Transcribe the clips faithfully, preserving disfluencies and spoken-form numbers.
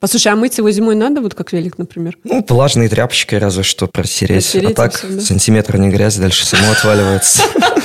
Послушай, а мыть его зимой надо, вот как велик, например? Ну, влажной тряпочкой разве что протереть. Протереть а так все, да? Сантиметр не грязь, дальше само отваливается.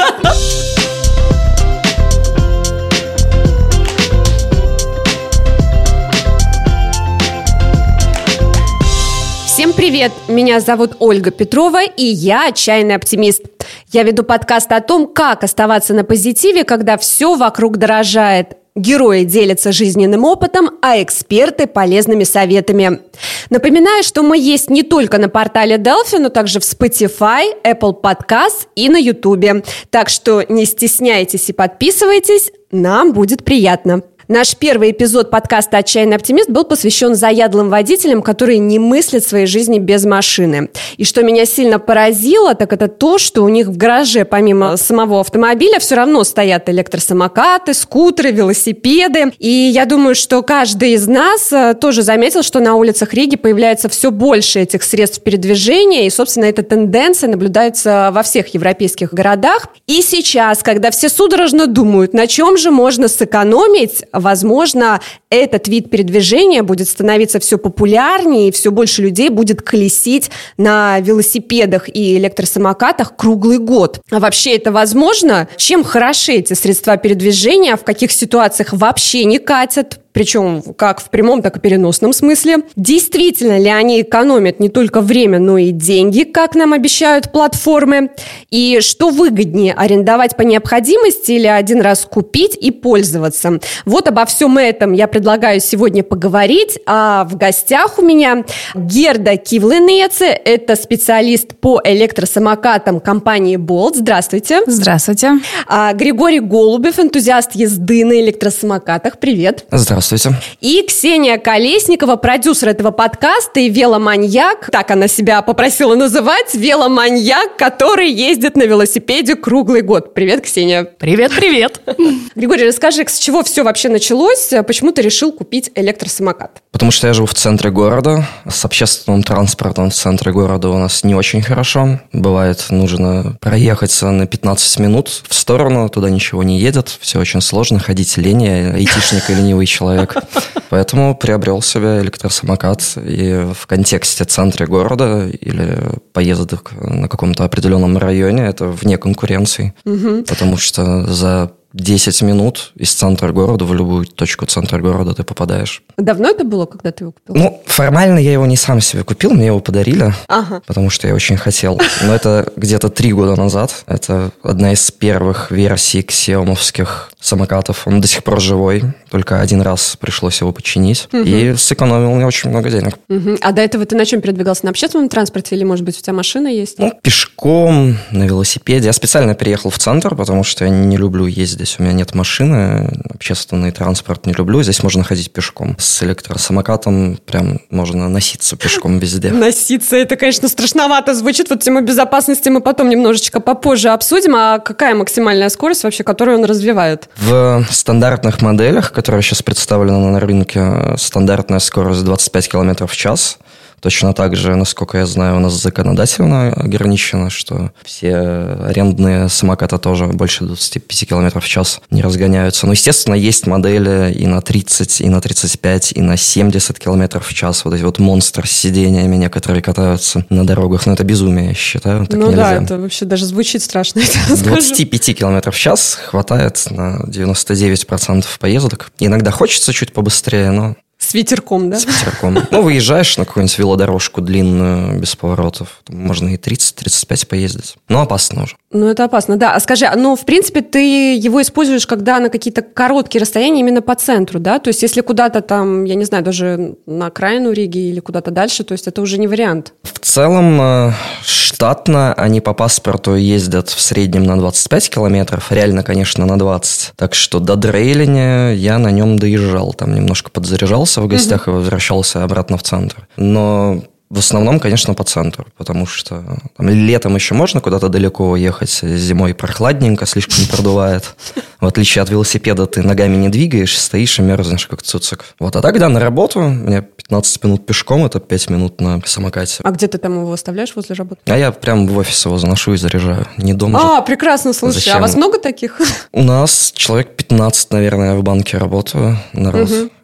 Всем привет! Меня зовут Ольга Петрова, и я отчаянный оптимист. Я веду подкаст о том, как оставаться на позитиве, когда все вокруг дорожает. Герои делятся жизненным опытом, а эксперты – полезными советами. Напоминаю, что мы есть не только на портале Delphi, но также в Spotify, Apple Podcast и на YouTube. Так что не стесняйтесь и подписывайтесь, нам будет приятно. Наш первый эпизод подкаста «Отчаянный оптимист» был посвящен заядлым водителям, которые не мыслят своей жизни без машины. И что меня сильно поразило, так это то, что у них в гараже помимо самого автомобиля все равно стоят электросамокаты, скутеры, велосипеды. И я думаю, что каждый из нас тоже заметил, что на улицах Риги появляется все больше этих средств передвижения. И, собственно, эта тенденция наблюдается во всех европейских городах. И сейчас, когда все судорожно думают, на чем же можно сэкономить, возможно, этот вид передвижения будет становиться все популярнее, и все больше людей будет колесить на велосипедах и электросамокатах круглый год. А вообще это возможно? Чем хороши эти средства передвижения? В каких ситуациях вообще не катят? Причем как в прямом, так и переносном смысле. Действительно ли они экономят не только время, но и деньги, как нам обещают платформы? И что выгоднее, арендовать по необходимости или один раз купить и пользоваться? Вот обо всем этом я предлагаю сегодня поговорить. А в гостях у меня Герда Кивленеце, это специалист по электросамокатам компании Bolt. Здравствуйте. Здравствуйте. А Григорий Голубев, энтузиаст езды на электросамокатах. Привет. Здравствуйте. И Ксения Колесникова, продюсер этого подкаста и веломаньяк, так она себя попросила называть, веломаньяк, который ездит на велосипеде круглый год. Привет, Ксения. Привет, привет. Григорий, расскажи, с чего все вообще началось? Почему ты решил купить электросамокат? Потому что я живу в центре города. С общественным транспортом в центре города у нас не очень хорошо. Бывает, нужно проехаться на пятнадцать минут в сторону, туда ничего не едет, все очень сложно, ходить лень, я айтишник и ленивый человек. Поэтому приобрел себе электросамокат. И в контексте центра города или поездок на каком-то определенном районе это вне конкуренции. Угу. Потому что за десять минут из центра города в любую точку центра города ты попадаешь. Давно это было, когда ты его купил? Ну, формально я его не сам себе купил, мне его подарили, ага. потому что я очень хотел. Но это где-то три года назад. Это одна из первых версий ксиомовских самокатов. Он до сих пор живой, только один раз пришлось его починить. Угу. И сэкономил мне очень много денег. Угу. А до этого ты на чем передвигался? На общественном транспорте или, может быть, у тебя машина есть? Ну, пешком, на велосипеде. Я специально переехал в центр, потому что я не люблю ездить. Здесь у меня нет машины, общественный транспорт не люблю. Здесь можно ходить пешком. С электросамокатом прям можно носиться пешком везде. Носиться, это, конечно, страшновато звучит. Вот тему безопасности мы потом немножечко попозже обсудим. А какая максимальная скорость вообще, которую он развивает? В стандартных моделях, которые сейчас представлены на рынке, стандартная скорость двадцать пять километров в час. Точно так же, насколько я знаю, у нас законодательно ограничено, что все арендные самокаты тоже больше двадцать пять километров в час не разгоняются. Но, естественно, есть модели и на тридцать, и на тридцать пять, и на семьдесят километров в час. Вот эти вот монстры с сидениями некоторые катаются на дорогах. Но это безумие, я считаю. Так ну нельзя. Да, это вообще даже звучит страшно. двадцать пять километров в час хватает на девяносто девять процентов поездок. Иногда хочется чуть побыстрее, но... С ветерком, да? С ветерком. Ну, выезжаешь на какую-нибудь велодорожку длинную, без поворотов. Можно и тридцать-тридцать пять поездить. Но опасно уже. Ну, это опасно, да. А скажи, ну, в принципе, ты его используешь, когда на какие-то короткие расстояния именно по центру, да? То есть, если куда-то там, я не знаю, даже на окраину Риги или куда-то дальше, то есть, это уже не вариант. В целом, штатно они по паспорту ездят в среднем на двадцать пять километров. Реально, конечно, на двадцать. Так что до Дрейлине я на нем доезжал. Там немножко подзаряжался в гостях угу. и возвращался обратно в центр. Но в основном, конечно, по центру, потому что там, летом еще можно куда-то далеко ехать, зимой прохладненько, слишком продувает. В отличие от велосипеда ты ногами не двигаешь, стоишь и мерзнешь, как цуцик. Вот, а тогда на работу, мне пятнадцать минут пешком, это пять минут на самокате. А где ты там его оставляешь возле работы? А я прям в офис его заношу и заряжаю, не дома. А, же. прекрасно, слушай, Зачем? А вас много таких? У нас человек пятнадцать, наверное, в банке работаю на раз. Угу.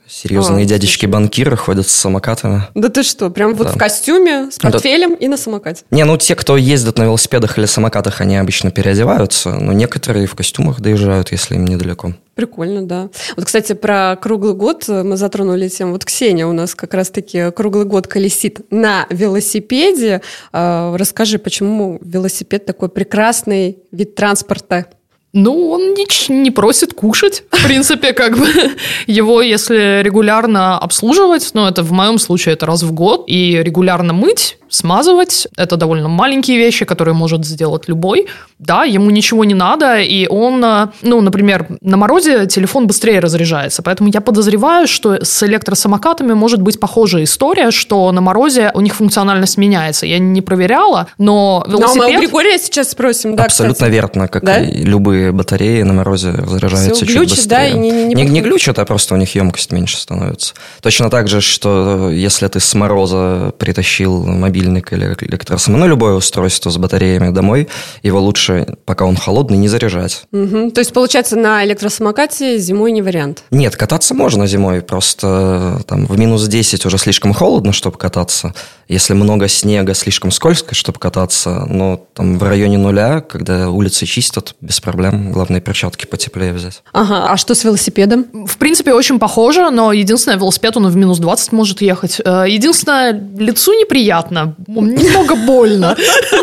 Серьезные а, дядечки-банкиры ходят с самокатами. Да ты что, прям вот да. в костюме, с портфелем да. и на самокате? Не, ну те, кто ездят на велосипедах или самокатах, они обычно переодеваются, но некоторые в костюмах доезжают, если им недалеко. Прикольно, да. Вот, кстати, про круглый год мы затронули тему. Вот Ксения у нас как раз-таки круглый год колесит на велосипеде. Расскажи, почему велосипед такой прекрасный вид транспорта? Ну, он не, не просит кушать. В принципе, как бы его, если регулярно обслуживать, ну, это в моем случае это раз в год, и регулярно мыть, смазывать, это довольно маленькие вещи, которые может сделать любой. Да, ему ничего не надо, и он, ну, например, на морозе телефон быстрее разряжается, поэтому я подозреваю, что с электросамокатами может быть похожая история, что на морозе у них функциональность меняется. Я не проверяла, но велосипед... Но мы у Григория сейчас спросим, да, абсолютно кстати. Верно, как да? и любые батареи на морозе разряжаются чуть глючит, быстрее. Да, и не, не, не, не, не глючат, а просто у них емкость меньше становится. Точно так же, что если ты с мороза притащил мобильник или электросамокат, ну, любое устройство с батареями домой, его лучше, пока он холодный, не заряжать. Угу. То есть, получается, на электросамокате зимой не вариант? Нет, кататься можно зимой, просто там в минус десять уже слишком холодно, чтобы кататься. Если много снега, слишком скользко, чтобы кататься, но там в районе нуля, когда улицы чистят, без проблем, главное перчатки потеплее взять. Ага, а что с велосипедом? В принципе, очень похоже, но единственное, велосипед, он в минус двадцать может ехать. Единственное, лицу неприятно, немного больно.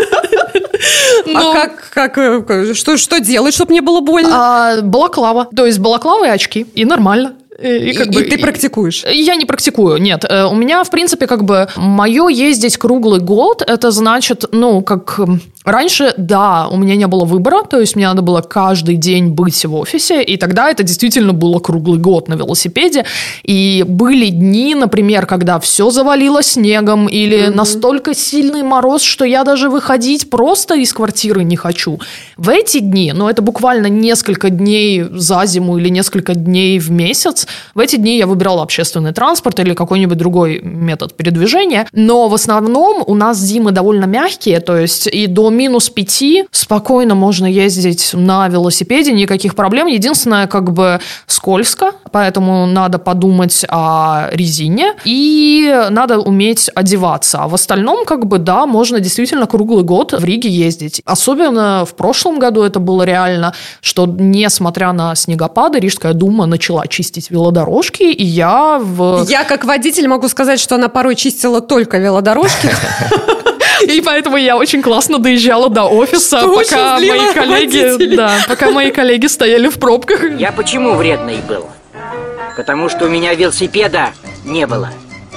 А как, как, что, что делать, чтобы не было больно? А, балаклава, то есть балаклава и очки, и нормально. И, как и, бы, и ты практикуешь? Я не практикую, нет. У меня, в принципе, как бы мое ездить круглый год, это значит, ну, как... Раньше, да, у меня не было выбора, то есть мне надо было каждый день быть в офисе, и тогда это действительно было круглый год на велосипеде, и были дни, например, когда все завалило снегом, или mm-hmm. настолько сильный мороз, что я даже выходить просто из квартиры не хочу. В эти дни, ну, это буквально несколько дней за зиму или несколько дней в месяц, в эти дни я выбирала общественный транспорт или какой-нибудь другой метод передвижения, но в основном у нас зимы довольно мягкие, то есть и до минус пяти спокойно можно ездить на велосипеде, никаких проблем. Единственное, как бы скользко, поэтому надо подумать о резине и надо уметь одеваться. А в остальном, как бы, да, можно действительно круглый год в Риге ездить. Особенно в прошлом году это было реально, что несмотря на снегопады, Рижская дума начала чистить велодорожки, и я в... Я как водитель могу сказать, что она порой чистила только велодорожки. И поэтому я очень классно доезжала до офиса, что пока мои коллеги, да, пока мои коллеги стояли в пробках. Я почему вредный был? Потому что у меня велосипеда не было.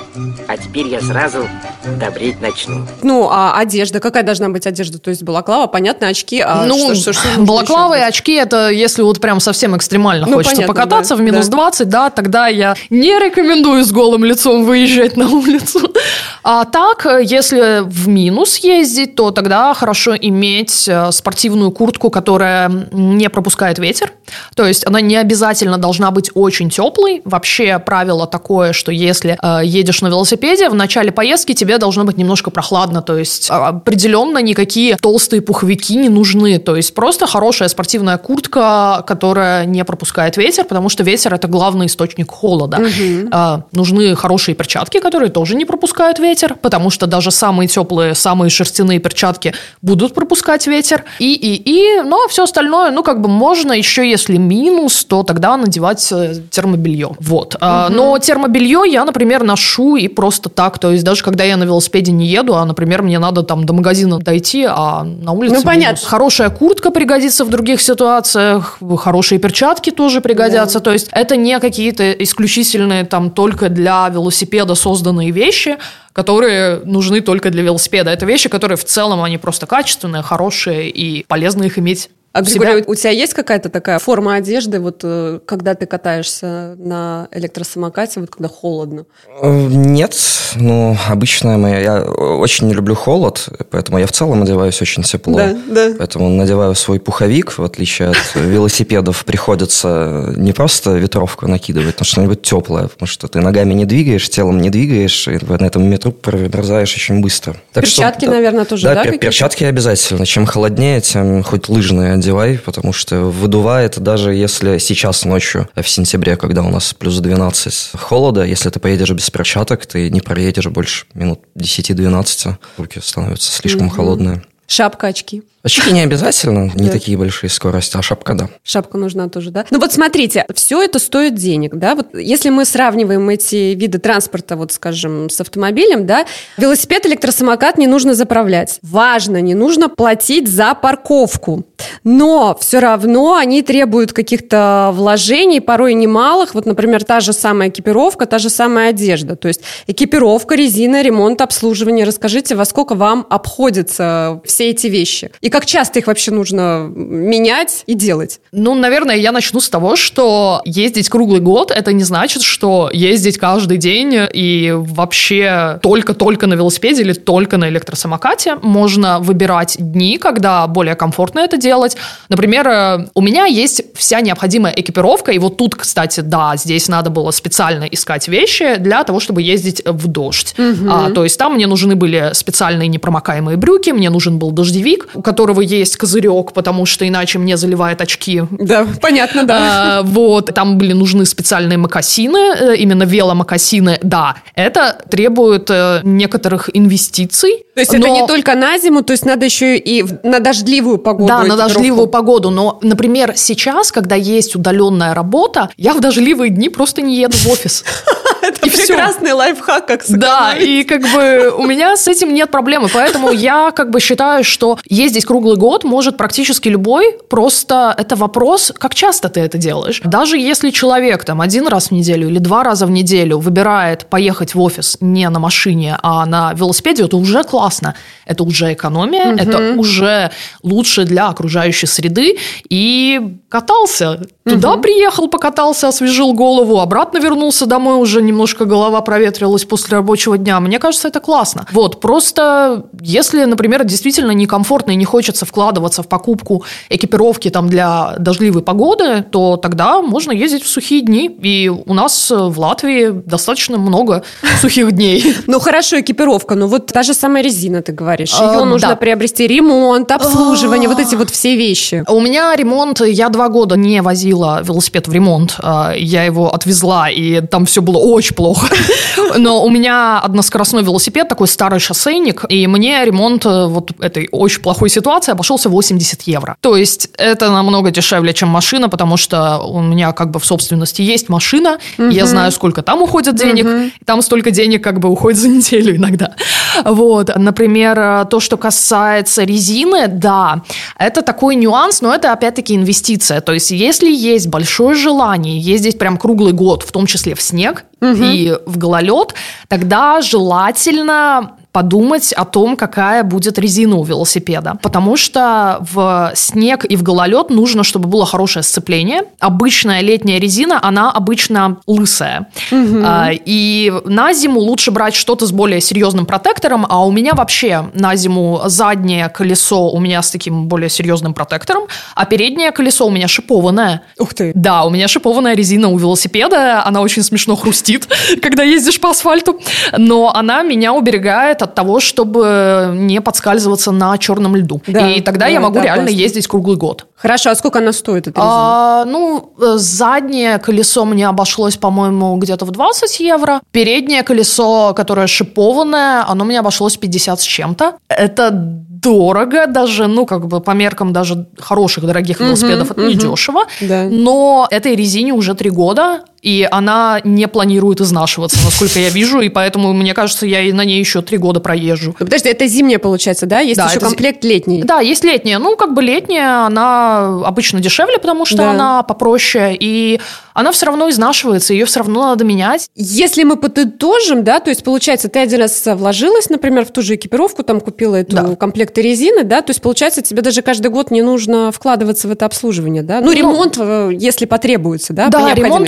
А теперь я сразу добреть начну. Ну, а одежда? Какая должна быть одежда? То есть балаклава, понятно, очки. А ну, что, что, что балаклава и очки, это если вот прям совсем экстремально ну, хочется понятно, покататься да, в минус да. двадцать, да, тогда я не рекомендую с голым лицом выезжать на улицу. А так, если в минус ездить, то тогда хорошо иметь спортивную куртку, которая не пропускает ветер. То есть она не обязательно должна быть очень теплой. Вообще правило такое, что если э, едешь на велосипеде, в начале поездки тебе должно быть немножко прохладно, то есть определенно никакие толстые пуховики не нужны, то есть просто хорошая спортивная куртка, которая не пропускает ветер, потому что ветер – это главный источник холода. Угу. А, нужны хорошие перчатки, которые тоже не пропускают ветер, потому что даже самые теплые, самые шерстяные перчатки будут пропускать ветер, и, и, и, ну, а все остальное, ну, как бы можно еще, если минус, то тогда надевать термобелье, вот. Угу. А, но термобелье я, например, ношу и просто так, то есть даже когда я на велосипеде не еду, а, например, мне надо там до магазина дойти, а на улице... Ну, понятно. Хорошая куртка пригодится в других ситуациях, хорошие перчатки тоже пригодятся, да. То есть это не какие-то исключительные там только для велосипеда созданные вещи, которые нужны только для велосипеда. Это вещи, которые в целом, они просто качественные, хорошие и полезно их иметь. А, Григорий, у тебя есть какая-то такая форма одежды, вот когда ты катаешься на электросамокате, вот когда холодно? Нет, ну, обычная моя... Я очень не люблю холод, поэтому я в целом одеваюсь очень тепло. Да, да. Поэтому надеваю свой пуховик, в отличие от велосипедов, приходится не просто ветровку накидывать, но что-нибудь теплое, потому что ты ногами не двигаешь, телом не двигаешь, и на этом метру промерзаешь очень быстро. Так перчатки, что, наверное, тоже, да? Да, перчатки обязательно. Чем холоднее, тем хоть лыжные надевай, потому что выдувает, даже если сейчас ночью, в сентябре, когда у нас плюс двенадцать холода, если ты поедешь без перчаток, ты не проедешь больше минут десять-двенадцать, руки становятся слишком угу. холодные. Шапка, очки. Очки не обязательно, не да. такие большие скорости, а шапка, да. Шапка нужна тоже, да? Ну вот смотрите, все это стоит денег, да? Вот если мы сравниваем эти виды транспорта, вот скажем, с автомобилем, да, велосипед, электросамокат не нужно заправлять. Важно, не нужно платить за парковку. Но все равно они требуют каких-то вложений, порой немалых. Вот, например, та же самая экипировка, та же самая одежда. То есть экипировка, резина, ремонт, обслуживание. Расскажите, во сколько вам обходятся все эти вещи? И как часто их вообще нужно менять и делать? Ну, наверное, я начну с того, что ездить круглый год, это не значит, что ездить каждый день и вообще только-только на велосипеде или только на электросамокате. Можно выбирать дни, когда более комфортно это делать. Например, у меня есть вся необходимая экипировка, и вот тут, кстати, да, здесь надо было специально искать вещи для того, чтобы ездить в дождь. Угу. А, то есть там мне нужны были специальные непромокаемые брюки, мне нужен был дождевик, у которого есть козырек, потому что иначе мне заливает очки. Да, понятно, да. А, вот, там были нужны специальные мокасины, именно веломокасины. Да, это требует некоторых инвестиций. То есть но... это не только на зиму, то есть надо еще и на дождливую погоду. Да, на дождливую погоду. Но, например, сейчас, когда есть удаленная работа, я в дождливые дни просто не еду в офис. Это прекрасный лайфхак, как сэкономить. Да, и как бы у меня с этим нет проблемы, поэтому я как бы считаю, что ездить круглый год может практически любой, просто это вопрос, как часто ты это делаешь. Даже если человек там один раз в неделю или два раза в неделю выбирает поехать в офис не на машине, а на велосипеде, это уже классно, это уже экономия, угу. это уже лучше для окружающей среды, и катался. Туда угу. приехал, покатался, освежил голову, обратно вернулся домой, уже немножко голова проветрилась после рабочего дня. Мне кажется, это классно. Вот, просто если, например, действительно некомфортно и не хочется вкладываться в покупку экипировки там, для дождливой погоды, то тогда можно ездить в сухие дни. И у нас в Латвии достаточно много сухих дней. Ну, хорошо, экипировка. Ну, вот та же самая резина, ты говоришь. Ее нужно приобрести, ремонт, обслуживание, вот эти вот все вещи. У меня ремонт, я два года не возила велосипед в ремонт. Я его отвезла, и там все было очень плохо. Но у меня односкоростной велосипед, такой старый шоссейник, и мне ремонт вот этой очень плохой ситуации обошелся восемьдесят евро. То есть это намного дешевле, чем машина, потому что у меня как бы в собственности есть машина, угу. я знаю, сколько там уходит денег, угу. там столько денег как бы уходит за неделю иногда. Вот, например, то, что касается резины, да, это такой нюанс, но это опять-таки инвестиция. То есть если есть большое желание ездить прям круглый год, в том числе в снег угу. и в гололед, тогда желательно подумать о том, какая будет резина у велосипеда. Потому что в снег и в гололед нужно, чтобы было хорошее сцепление. Обычная летняя резина, она обычно лысая. Угу. И на зиму лучше брать что-то с более серьезным протектором, а у меня вообще на зиму заднее колесо у меня с таким более серьезным протектором, а переднее колесо у меня шипованное. Ух ты! Да, у меня шипованная резина у велосипеда, она очень смешно хрустит, когда ездишь по асфальту, но она меня уберегает от того, чтобы не подскальзываться на черном льду. Да, и тогда да, я могу да, реально классно. ездить круглый год. Хорошо, а сколько она стоит, эта резина? А, ну, заднее колесо мне обошлось, по-моему, где-то в двадцать евро. Переднее колесо, которое шипованное, оно мне обошлось пятьдесят с чем-то. Это дорого даже, ну, как бы по меркам даже хороших, дорогих велосипедов, uh-huh, это uh-huh. не дешево. Да. Но этой резине уже три года, и она не планирует изнашиваться, насколько я вижу, и поэтому, мне кажется, я на ней еще три года проезжу. Ну, подожди, это зимняя, получается, да? Есть да, еще комплект з... летний. Да, есть летняя. Ну, как бы летняя, она обычно дешевле, потому что да. она попроще, и она все равно изнашивается, ее все равно надо менять. Если мы подытожим, да, то есть, получается, ты один раз вложилась, например, в ту же экипировку, там купила эту да. комплект резины, да, то есть, получается, тебе даже каждый год не нужно вкладываться в это обслуживание, да? Ну, ну ремонт, если потребуется, да? Да, ремонт только получается.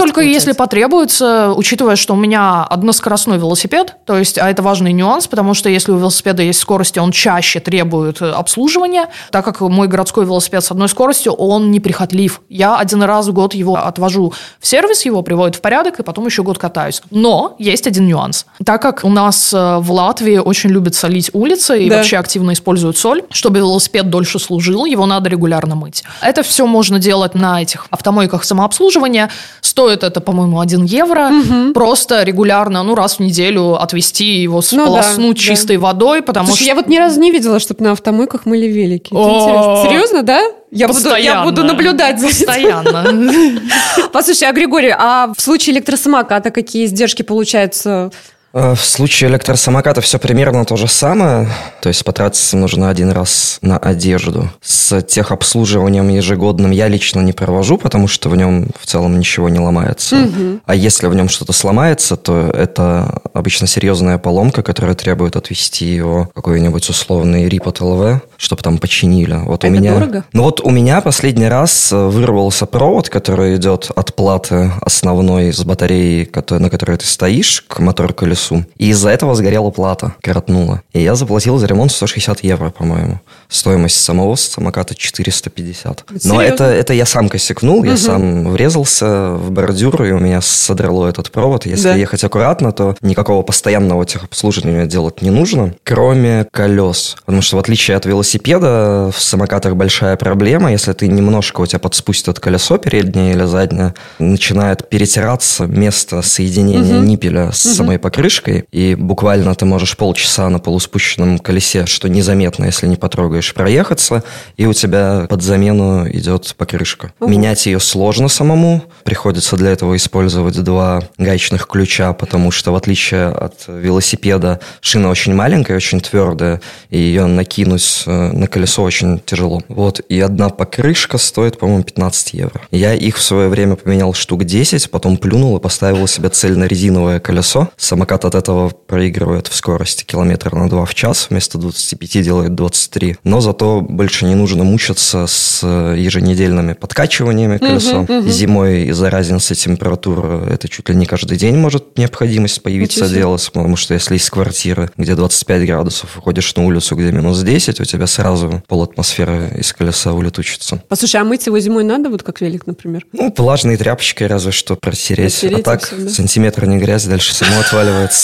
если потребуется, учитывая, что у меня односкоростной велосипед, то есть, а это важный нюанс, потому что если у велосипеда есть скорость, он чаще требует обслуживания, так как мой городской велосипед с одной скоростью, он неприхотлив. Я один раз в год его отвожу в сервис, его приводят в порядок, и потом еще год катаюсь. Но есть один нюанс. Так как у нас в Латвии очень любят солить улицы и да. вообще активно используют соль, чтобы велосипед дольше служил, его надо регулярно мыть. Это все можно делать на этих автомойках самообслуживания. Стоит это, по-моему, один евро. Угу. Просто регулярно, ну, раз в неделю отвезти его, сполоснуть ну, да, чистой да. водой, потому Слушай, что... я вот ни разу не видела, чтобы на автомойках мыли велики. Это интересно. Серьезно, да? Я буду, я буду наблюдать за этим. Постоянно. Послушай, а Григорий, а в случае электросамоката какие издержки получаются? В случае электросамоката все примерно то же самое. То есть потратиться нужно один раз на одежду. С техобслуживанием ежегодным я лично не провожу, потому что в нем в целом ничего не ломается. Угу. А если в нем что-то сломается, то это обычно серьезная поломка, которая требует отвезти его в какой-нибудь условный РИП ЛВ, чтобы там починили. Вот это у меня... дорого? Ну вот у меня последний раз вырвался провод, который идет от платы основной с батареей, на которой ты стоишь, к мотор-колесу. И из-за этого сгорела плата, коротнула. И я заплатил за ремонт сто шестьдесят евро, по-моему. Стоимость самого самоката четыреста пятьдесят. Но это, это я сам косякнул, угу. я сам врезался в бордюр, и у меня содрало этот провод. Если да. ехать аккуратно, то никакого постоянного техобслуживания делать не нужно, кроме колес. Потому что в отличие от велосипеда, в самокатах большая проблема. Если ты немножко, у тебя подспустит колесо переднее или заднее, начинает перетираться место соединения угу. ниппеля с угу. самой покрышкой, и буквально ты можешь полчаса на полуспущенном колесе, что незаметно, если не потрогаешь, проехаться, и у тебя под замену идет покрышка. Угу. Менять ее сложно самому, приходится для этого использовать два гаечных ключа, потому что, в отличие от велосипеда, шина очень маленькая, очень твердая, и ее накинуть на колесо очень тяжело. Вот, и одна покрышка стоит, по-моему, пятнадцать евро. Я их в свое время поменял штук десять, потом плюнул и поставил себе цель на резиновое колесо. Самокат от этого проигрывает в скорости километр на два в час, вместо двадцати пяти делает двадцать три. Но зато больше не нужно мучиться с еженедельными подкачиваниями колеса. Uh-huh, uh-huh. Зимой из-за разницы температур это чуть ли не каждый день может необходимость появиться делать, потому что если из квартиры, где двадцать пять градусов, выходишь на улицу, где минус десять, у тебя сразу полатмосферы из колеса улетучится. Послушай, а мыть его зимой надо, вот как велик, например? Ну, влажной тряпочкой разве что протереть. протереть а так все, да? Сантиметр не грязь, дальше само отваливается.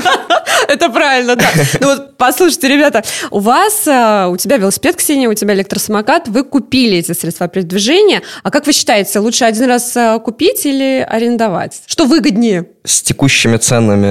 Это правильно, да. Ну вот, послушайте, ребята, у вас, у тебя велосипед, Ксения, у тебя электросамокат, вы купили эти средства передвижения. А как вы считаете, лучше один раз купить или арендовать? Что выгоднее? С текущими ценами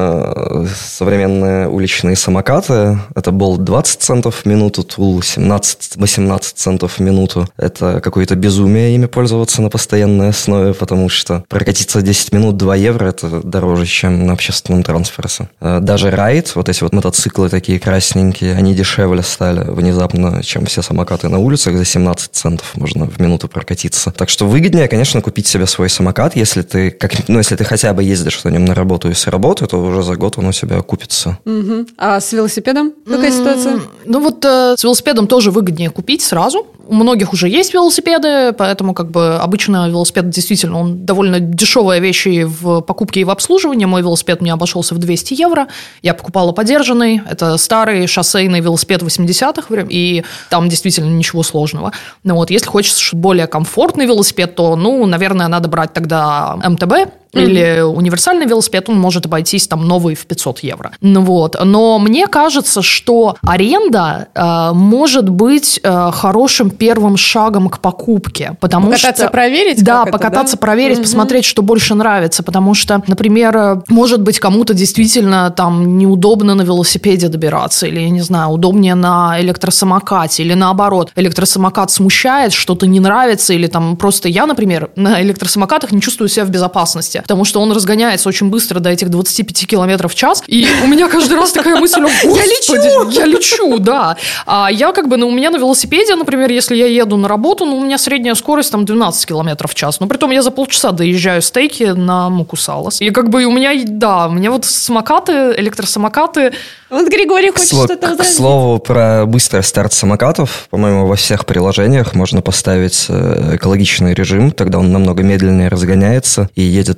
на современные уличные самокаты это Болт двадцать центов в минуту, Тул семнадцать-восемнадцать центов в минуту. Это какое-то безумие ими пользоваться на постоянной основе, потому что прокатиться десять минут два евро это дороже, чем на общественном транспорте. Даже райд, вот эти вот мотоциклы такие красненькие, они дешевле стали внезапно, чем все самокаты на улицах. За семнадцать центов можно в минуту прокатиться. Так что выгоднее, конечно, купить себе свой самокат, если ты, как, ну, если ты хотя бы ездишь на нем на работу и с работы, то уже за год он у себя окупится. Угу. А с велосипедом какая mm-hmm. ситуация? Ну вот э, с велосипедом тоже выгоднее купить сразу. У многих уже есть велосипеды, поэтому как бы обычно велосипед действительно он довольно дешевая вещь и в покупке, и в обслуживании. Мой велосипед мне обошелся в двести евро. Я покупала подержанный. Это старый шоссейный велосипед восьмидесятых, и там действительно ничего сложного. Но вот если хочешь более комфортный велосипед, то, ну, наверное, надо брать тогда эм тэ бэ. Mm-hmm. Или универсальный велосипед, он может обойтись там новый в пятьсот евро. Ну, вот. Но мне кажется, что аренда э, может быть э, хорошим первым шагом к покупке. Потому покататься, что, проверить? Да, покататься, это, да? проверить, mm-hmm. посмотреть, что больше нравится. Потому что, например, может быть, кому-то действительно там неудобно на велосипеде добираться, или, я не знаю, удобнее на электросамокате, или наоборот, электросамокат смущает, что-то не нравится, или там просто я, например, на электросамокатах не чувствую себя в безопасности. Потому что он разгоняется очень быстро до этих двадцати пяти километров в час. И у меня каждый раз такая мысль: я лечу! Я лечу, да. А я как бы, ну, у меня на велосипеде, например, если я еду на работу, ну, у меня средняя скорость там двенадцать километров в час. Но притом я за полчаса доезжаю с Тейки на Мукусалас. И как бы у меня, да, у меня вот самокаты, электросамокаты. Вот Григорий хочет Сло- что-то возразить. К слову, про быстрый старт самокатов, по-моему, во всех приложениях можно поставить экологичный режим, тогда он намного медленнее разгоняется и едет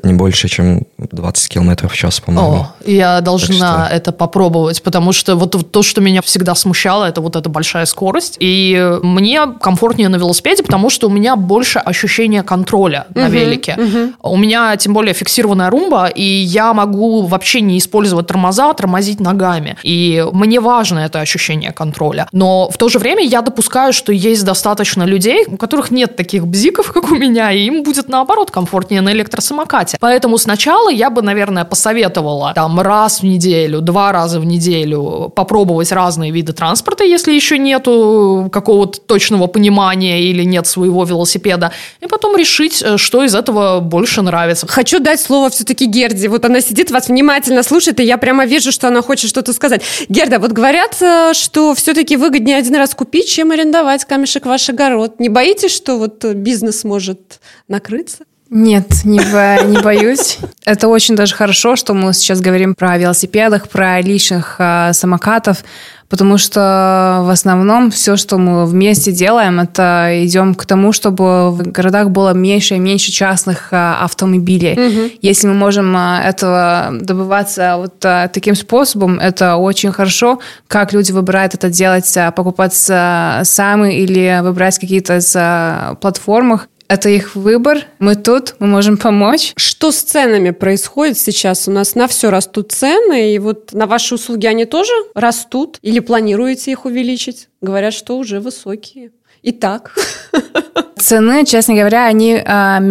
не больше, чем двадцать километров в час, по-моему. О, я должна что... это попробовать, потому что вот то, что меня всегда смущало, это вот эта большая скорость. И мне комфортнее на велосипеде, потому что у меня больше ощущения контроля uh-huh, на велике. Uh-huh. У меня, тем более, фиксированная румба, и я могу вообще не использовать тормоза, тормозить ногами. И мне важно это ощущение контроля. Но в то же время я допускаю, что есть достаточно людей, у которых нет таких бзиков, как у меня, и им будет, наоборот, комфортнее на электросамокате. Поэтому сначала я бы, наверное, посоветовала там раз в неделю, два раза в неделю попробовать разные виды транспорта, если еще нету какого-то точного понимания или нет своего велосипеда, и потом решить, что из этого больше нравится. Хочу дать слово все-таки Герде. Вот она сидит, вас внимательно слушает, и я прямо вижу, что она хочет что-то сказать. Герда, вот говорят, что все-таки выгоднее один раз купить, чем арендовать камешек в ваш огород. Не боитесь, что вот бизнес может накрыться? Нет, не, бо- не боюсь. Это очень даже хорошо, что мы сейчас говорим про велосипедах, про личных э, самокатов, потому что в основном все, что мы вместе делаем, это идем к тому, чтобы в городах было меньше и меньше частных э, автомобилей. Mm-hmm. Если мы можем э, этого добиваться вот э, таким способом, это очень хорошо. Как люди выбирают это делать, э, покупать э, сами или выбирать какие-то из э, платформах. Это их выбор. Мы тут, мы можем помочь. Что с ценами происходит сейчас? У нас на все растут цены, и вот на ваши услуги они тоже растут? Или планируете их увеличить? Говорят, что уже высокие. Итак. Цены, честно говоря, они э,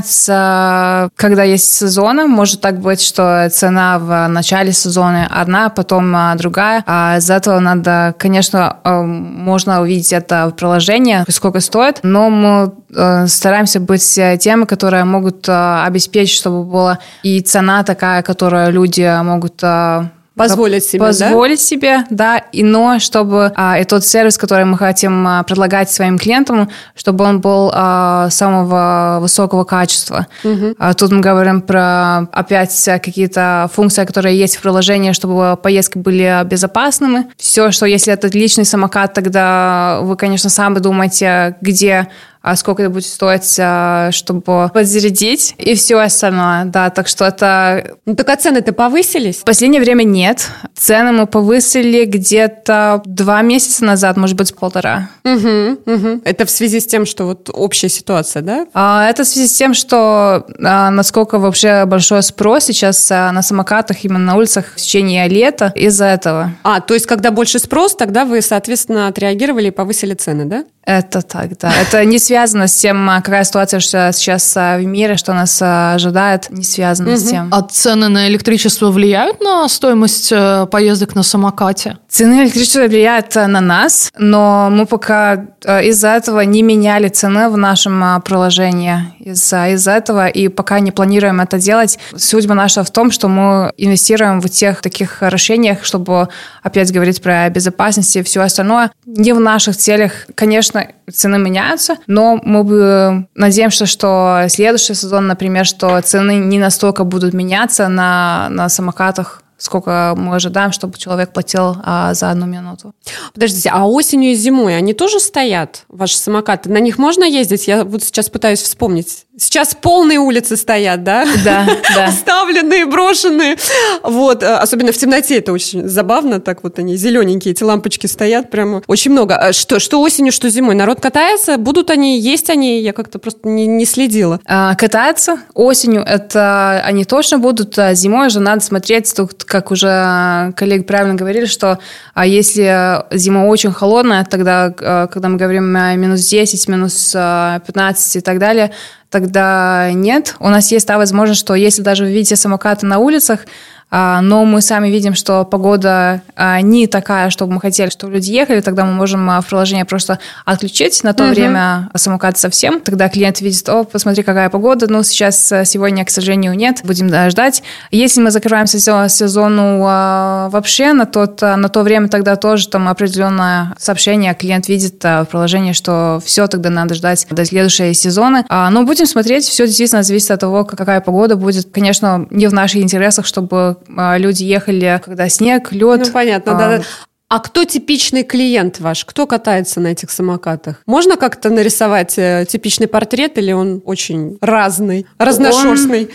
меняются, когда есть сезоны. Может так быть, что цена в начале сезона одна, потом э, другая. А из-за этого надо, конечно, э, можно увидеть это в приложении, сколько стоит, но мы э, стараемся быть теми, которые могут э, обеспечить, чтобы была и цена такая, которую люди могут... Э, Позволить себе, Позволить да? себе, да, и но чтобы а, и тот сервис, который мы хотим а, предлагать своим клиентам, чтобы он был а, самого высокого качества. Угу. А, тут мы говорим про, опять, какие-то функции, которые есть в приложении, чтобы поездки были безопасными. Все, что если это личный самокат, тогда вы, конечно, сами думаете, где... а сколько это будет стоить, чтобы подзарядить, и все остальное, да, так что это... Ну, так а цены-то повысились? В последнее время нет. Цены мы повысили где-то два месяца назад, может быть, полтора. Угу, угу. Это в связи с тем, что вот общая ситуация, да? А, это в связи с тем, что а, насколько вообще большой спрос сейчас а, на самокатах именно на улицах в течение лета из-за этого. А, то есть, когда больше спрос, тогда вы, соответственно, отреагировали и повысили цены, да? Это так, да. Это не связано с тем, какая ситуация сейчас в мире, что нас ожидает, не связано угу. с тем. А цены на электричество влияют на стоимость поездок на самокате? Цены электричества влияют на нас, но мы пока из-за этого не меняли цены в нашем приложении. Из-за, из-за этого и пока не планируем это делать. Судьба наша в том, что мы инвестируем в тех таких решениях, чтобы опять говорить про безопасность и все остальное. Не в наших целях, конечно, цены меняются, но мы бы надеемся, что следующий сезон, например, что цены не настолько будут меняться на, на самокатах, сколько мы ожидаем, чтобы человек платил а, за одну минуту. Подождите, а осенью и зимой они тоже стоят, ваши самокаты? На них можно ездить? Я вот сейчас пытаюсь вспомнить. Сейчас полные улицы стоят, да? Да, да. Оставленные, брошенные. Вот, особенно в темноте это очень забавно, так вот они зелененькие, эти лампочки стоят прямо. Очень много. Что, что осенью, что зимой? Народ катается? Будут они, есть они? Я как-то просто не, не следила. А, кататься осенью, это они точно будут. А зимой же надо смотреть, тут, как уже коллеги правильно говорили, что а если зима очень холодная, тогда, когда мы говорим минус десять, минус пятнадцать и так далее, тогда нет. У нас есть та возможность, что если даже вы видите самокаты на улицах, но мы сами видим, что погода не такая, чтобы мы хотели, чтобы люди ехали, тогда мы можем в приложении просто отключить на то uh-huh. время самокат совсем. Тогда клиент видит: о, посмотри, какая погода, ну, сейчас, сегодня, к сожалению, нет, будем ждать. Если мы закрываем сезону вообще на, тот, на то время, тогда тоже там определенное сообщение, клиент видит в приложении, что все, тогда надо ждать до следующего сезона. Но будем смотреть, все действительно зависит от того, какая погода будет. Конечно, не в наших интересах, чтобы люди ехали, когда снег, лед. Ну, понятно, а, да, да. А кто типичный клиент ваш? Кто катается на этих самокатах? Можно как-то нарисовать э, типичный портрет, или он очень разный, разношерстный?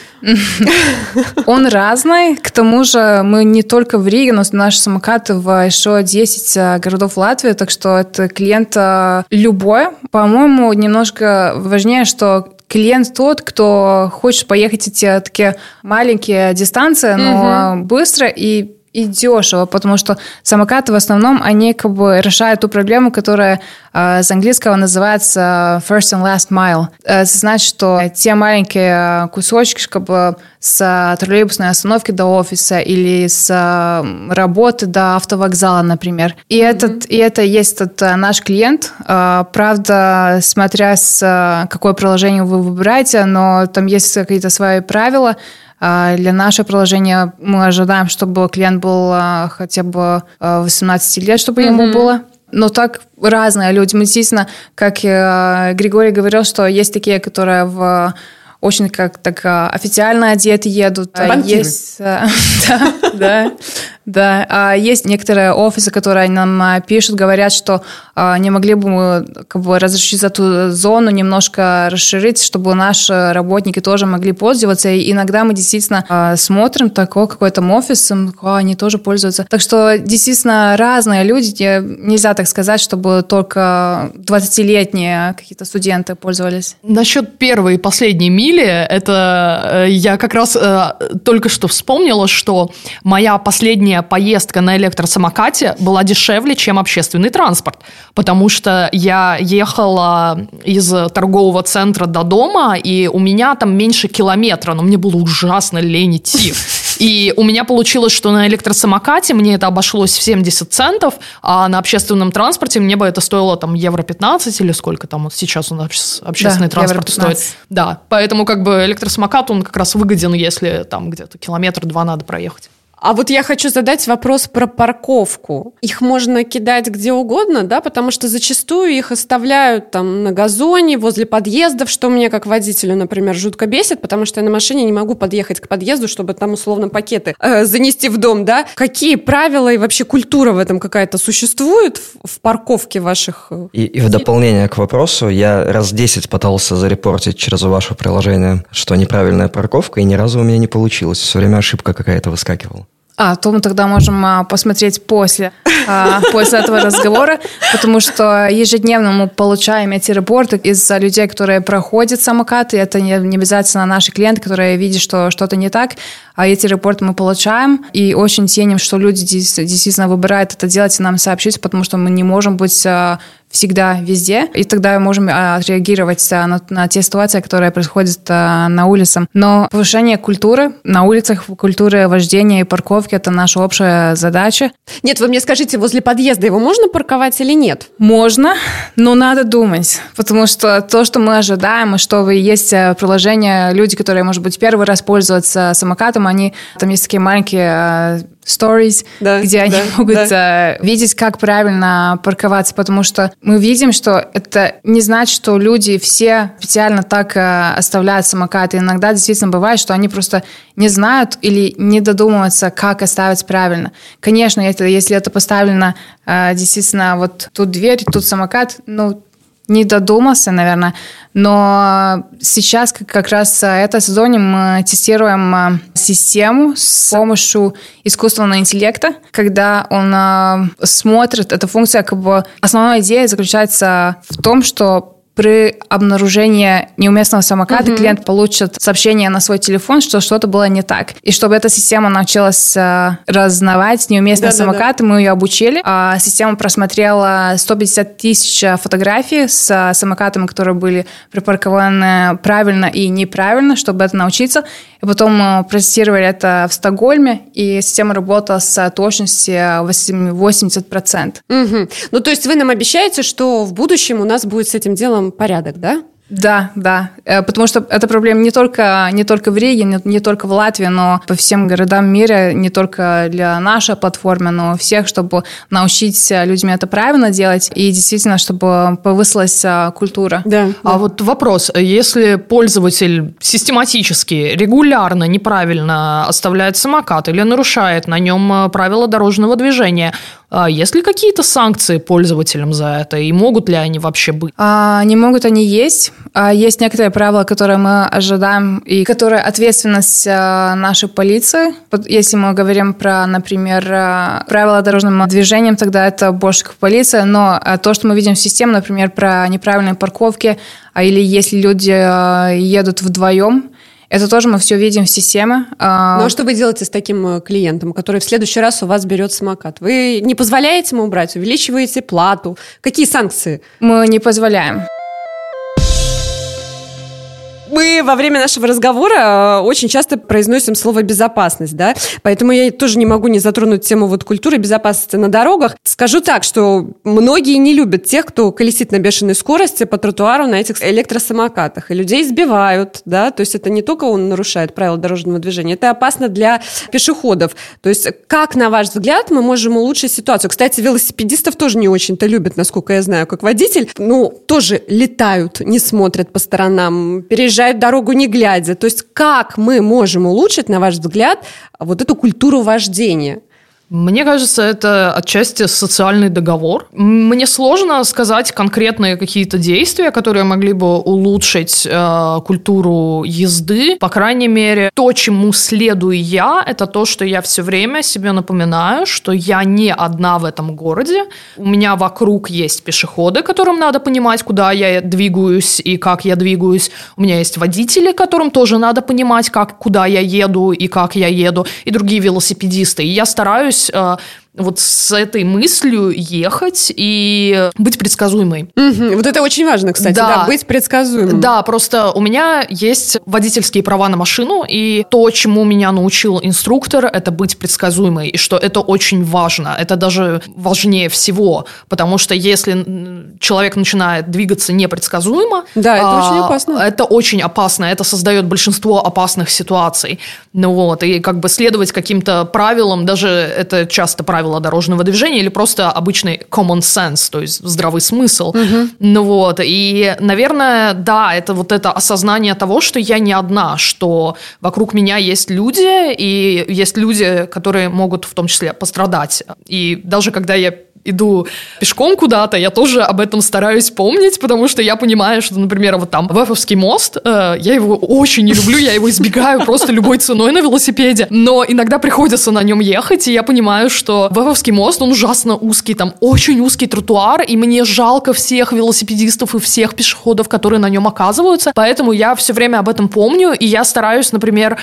Он разный. К тому же мы не только в Риге, но наши самокаты в еще десять городов Латвии, так что это клиент любой. По-моему, немножко важнее, что клиент тот, кто хочет поехать эти такие маленькие дистанции, но угу. быстро и и дешево, потому что самокаты в основном, они как бы решают ту проблему, которая э, с английского называется first and last mile. Это значит, что те маленькие кусочки как бы с троллейбусной остановки до офиса или с работы до автовокзала, например. И, mm-hmm. этот, и это есть этот наш клиент. Э, правда, смотря с какое приложение вы выбираете, но там есть какие-то свои правила. Для нашего приложения мы ожидаем, чтобы клиент был хотя бы восемнадцать лет, чтобы mm-hmm. ему было. Но так разные люди. Мы действительно, как Григорий говорил, что есть такие, которые в очень как так официально одеты едут. Банкиры. Есть, да, да, да. А есть некоторые офисы, которые нам пишут, говорят, что не могли бы мы как бы разрешить эту зону немножко расширить, чтобы наши работники тоже могли пользоваться. И иногда мы действительно смотрим такой какой-то офис, они тоже пользуются. Так что действительно разные люди. Нельзя так сказать, чтобы только двадцатилетние какие-то студенты пользовались. Насчет первой и последней мили, это я как раз э, только что вспомнила, что моя последняя поездка на электросамокате была дешевле, чем общественный транспорт, потому что я ехала из торгового центра до дома, и у меня там меньше километра, но мне было ужасно лень идти. И у меня получилось, что на электросамокате мне это обошлось в семьдесят центов, а на общественном транспорте мне бы это стоило там евро пятнадцать или сколько там вот сейчас у нас общественный да, транспорт стоит. Да, поэтому как бы электросамокат, он как раз выгоден, если там где-то километр-два надо проехать. А вот я хочу задать вопрос про парковку. Их можно кидать где угодно, да, потому что зачастую их оставляют там на газоне, возле подъездов, что меня как водителю, например, жутко бесит, потому что я на машине не могу подъехать к подъезду, чтобы там условно пакеты э, занести в дом, да. Какие правила и вообще культура в этом какая-то существует в, в парковке ваших? И, и в дополнение к вопросу, я раз десять пытался зарепортить через ваше приложение, что неправильная парковка, и ни разу у меня не получилось. Все время ошибка какая-то выскакивала. А, то мы тогда можем а, посмотреть после, а, после этого разговора, потому что ежедневно мы получаем эти репорты из людей, которые проходят самокаты. Это не, не обязательно наши клиенты, которые видят, что что-то не так. А эти репорты мы получаем и очень ценим, что люди действительно выбирают это делать и нам сообщить, потому что мы не можем быть а, всегда везде, и тогда мы можем а, реагировать а, на, на те ситуации, которые происходят а, на улице. Но повышение культуры на улицах, культуры вождения и парковки – это наша общая задача. Нет, вы мне скажите, возле подъезда его можно парковать или нет? Можно, но надо думать, потому что то, что мы ожидаем, и что есть приложения, люди, которые, может быть, первый раз пользуются самокатом, они, там есть такие маленькие stories, да, где они да, могут да. видеть, как правильно парковаться, потому что мы видим, что это не значит, что люди все специально так оставляют самокаты. Иногда действительно бывает, что они просто не знают или не додумываются, как оставить правильно. Конечно, это, если это поставлено действительно вот тут дверь, тут самокат, ну, не додумался, наверное, но сейчас как раз в этом сезоне мы тестируем систему с помощью искусственного интеллекта, когда он смотрит, эта функция, как бы основная идея заключается в том, что при обнаружении неуместного самоката mm-hmm. клиент получит сообщение на свой телефон, что что-то было не так. И чтобы эта система научилась э, разнавать неуместные да, самокаты, да, да. мы ее обучили. А система просмотрела сто пятьдесят тысяч фотографий с э, самокатами, которые были припаркованы правильно и неправильно, чтобы это научиться. И потом мы протестировали это в Стокгольме, и система работала с точностью восемьдесят процентов. Mm-hmm. Ну, то есть вы нам обещаете, что в будущем у нас будет с этим делом порядок, да? Да, да, потому что эта проблема не только, не только в Риге, не, не только в Латвии, но по всем городам мира, не только для нашей платформы, но всех, чтобы научить людям это правильно делать и действительно, чтобы повысилась культура. Да, а да. вот вопрос, если пользователь систематически, регулярно, неправильно оставляет самокат или нарушает на нем правила дорожного движения, А есть ли какие-то санкции пользователям за это? И могут ли они вообще быть? А, не могут они есть. А, есть некоторые правила, которые мы ожидаем, и которые ответственность а, нашей полиции. Если мы говорим про, например, правила дорожного движения, тогда это больше как полиция. Но а, то, что мы видим в системе, например, про неправильные парковки, а, или если люди а, едут вдвоем, это тоже мы все видим в системе. Ну а что вы делаете с таким клиентом, который в следующий раз у вас берет самокат? Вы не позволяете ему брать, увеличиваете плату? Какие санкции? Мы не позволяем. Мы во время нашего разговора очень часто произносим слово «безопасность», да? Поэтому я тоже не могу не затронуть тему вот культуры безопасности на дорогах. Скажу так, что многие не любят тех, кто колесит на бешеной скорости по тротуару на этих электросамокатах. И людей сбивают, да? То есть это не только он нарушает правила дорожного движения, это опасно для пешеходов. То есть как, на ваш взгляд, мы можем улучшить ситуацию? Кстати, велосипедистов тоже не очень-то любят, насколько я знаю, как водитель. Ну, тоже летают, не смотрят по сторонам, переезжают дорогу не глядя. То есть как мы можем улучшить, на ваш взгляд, вот эту культуру вождения? Мне кажется, это отчасти социальный договор. Мне сложно сказать конкретные какие-то действия, которые могли бы улучшить э, культуру езды. По крайней мере, то, чему следую я, это то, что я все время себе напоминаю, что я не одна в этом городе. У меня вокруг есть пешеходы, которым надо понимать, куда я двигаюсь и как я двигаюсь. У меня есть водители, которым тоже надо понимать, как, куда я еду и как я еду, и другие велосипедисты. И я стараюсь вот с этой мыслью ехать и быть предсказуемой. Угу. Вот это очень важно, кстати, да. Да, быть предсказуемым. Да, просто у меня есть водительские права на машину, и то, чему меня научил инструктор, это быть предсказуемой, и что это очень важно. Это даже важнее всего, потому что если человек начинает двигаться непредсказуемо, да, это а, очень опасно. Это очень опасно, это создает большинство опасных ситуаций. Ну вот, и как бы следовать каким-то правилам, даже это часто правила дорожного движения или просто обычный common sense, то есть здравый смысл. Угу. Ну вот, и, наверное, да, это вот это осознание того, что я не одна, что вокруг меня есть люди, и есть люди, которые могут в том числе пострадать. И даже когда я иду пешком куда-то, я тоже об этом стараюсь помнить, потому что я понимаю, что, например, вот там Вэфовский мост, э, я его очень не люблю, я его избегаю просто любой ценой на велосипеде, но иногда приходится на нем ехать, и я понимаю, что Вэфовский мост, он ужасно узкий, там очень узкий тротуар, и мне жалко всех велосипедистов и всех пешеходов, которые на нем оказываются, поэтому я все время об этом помню, и я стараюсь, например,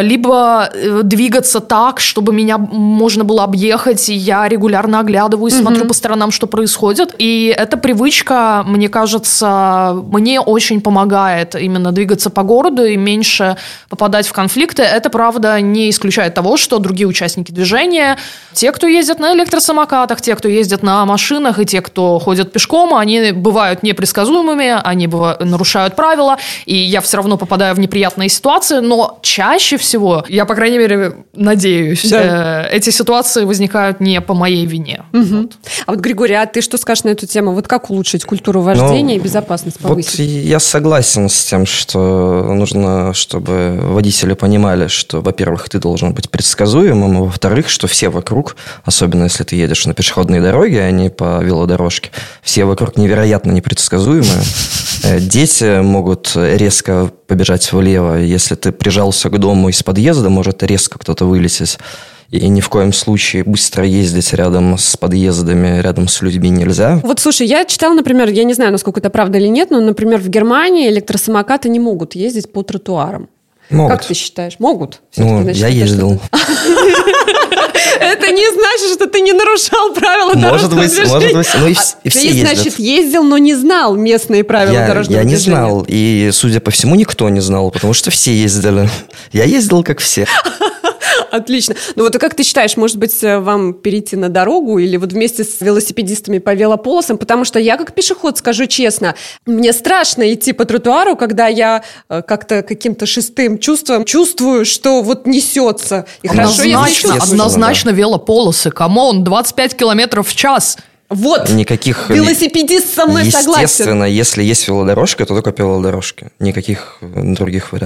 либо двигаться так, чтобы меня можно было объехать, и я регулярно оглядываюсь, смотрю по сторонам, что происходит. И эта привычка, мне кажется, мне очень помогает именно двигаться по городу и меньше попадать в конфликты. Это, правда, не исключает того, что другие участники движения, те, кто ездят на электросамокатах, те, кто ездят на машинах, и те, кто ходят пешком, они бывают непредсказуемыми, они бывают, нарушают правила, и я все равно попадаю в неприятные ситуации, но чаще всего, я, по крайней мере, надеюсь, да. э, эти ситуации возникают не по моей вине. Угу. А вот, Григорий, а ты что скажешь на эту тему? Вот как улучшить культуру вождения ну, и безопасность повысить? Вот я согласен с тем, что нужно, чтобы водители понимали, что, во-первых, ты должен быть предсказуемым, а во-вторых, что все вокруг, особенно если ты едешь на пешеходной дороге, а не по велодорожке, все вокруг невероятно непредсказуемые. Дети могут резко побежать влево. Если ты прижался к дому из подъезда, может резко кто-то вылететь. И ни в коем случае быстро ездить рядом с подъездами, рядом с людьми нельзя. Вот, слушай, я читала, например, я не знаю, насколько это правда или нет, но, например, в Германии электросамокаты не могут ездить по тротуарам. Могут. Как ты считаешь? Могут? Ну, значит, я ездил. Это не значит, что ты не нарушал правила дорожного движения. Может быть, может быть. Ну, и все ездят. Значит, ездил, но не знал местные правила дорожного движения. Я не знал, и, судя по всему, никто не знал, потому что все ездили. Я ездил, как все. Отлично. Ну вот, а как ты считаешь, может быть, вам перейти на дорогу или вот вместе с велосипедистами по велополосам? Потому что я, как пешеход, скажу честно, мне страшно идти по тротуару, когда я как-то каким-то шестым чувством чувствую, что вот несется. И однозначно, хорошо, если однозначно да. велополосы. Камон, двадцать пять километров в час. Вот, никаких велосипедист со мной естественно, согласен. Естественно, если есть велодорожка, то только велодорожки. Никаких других вариантов. Да.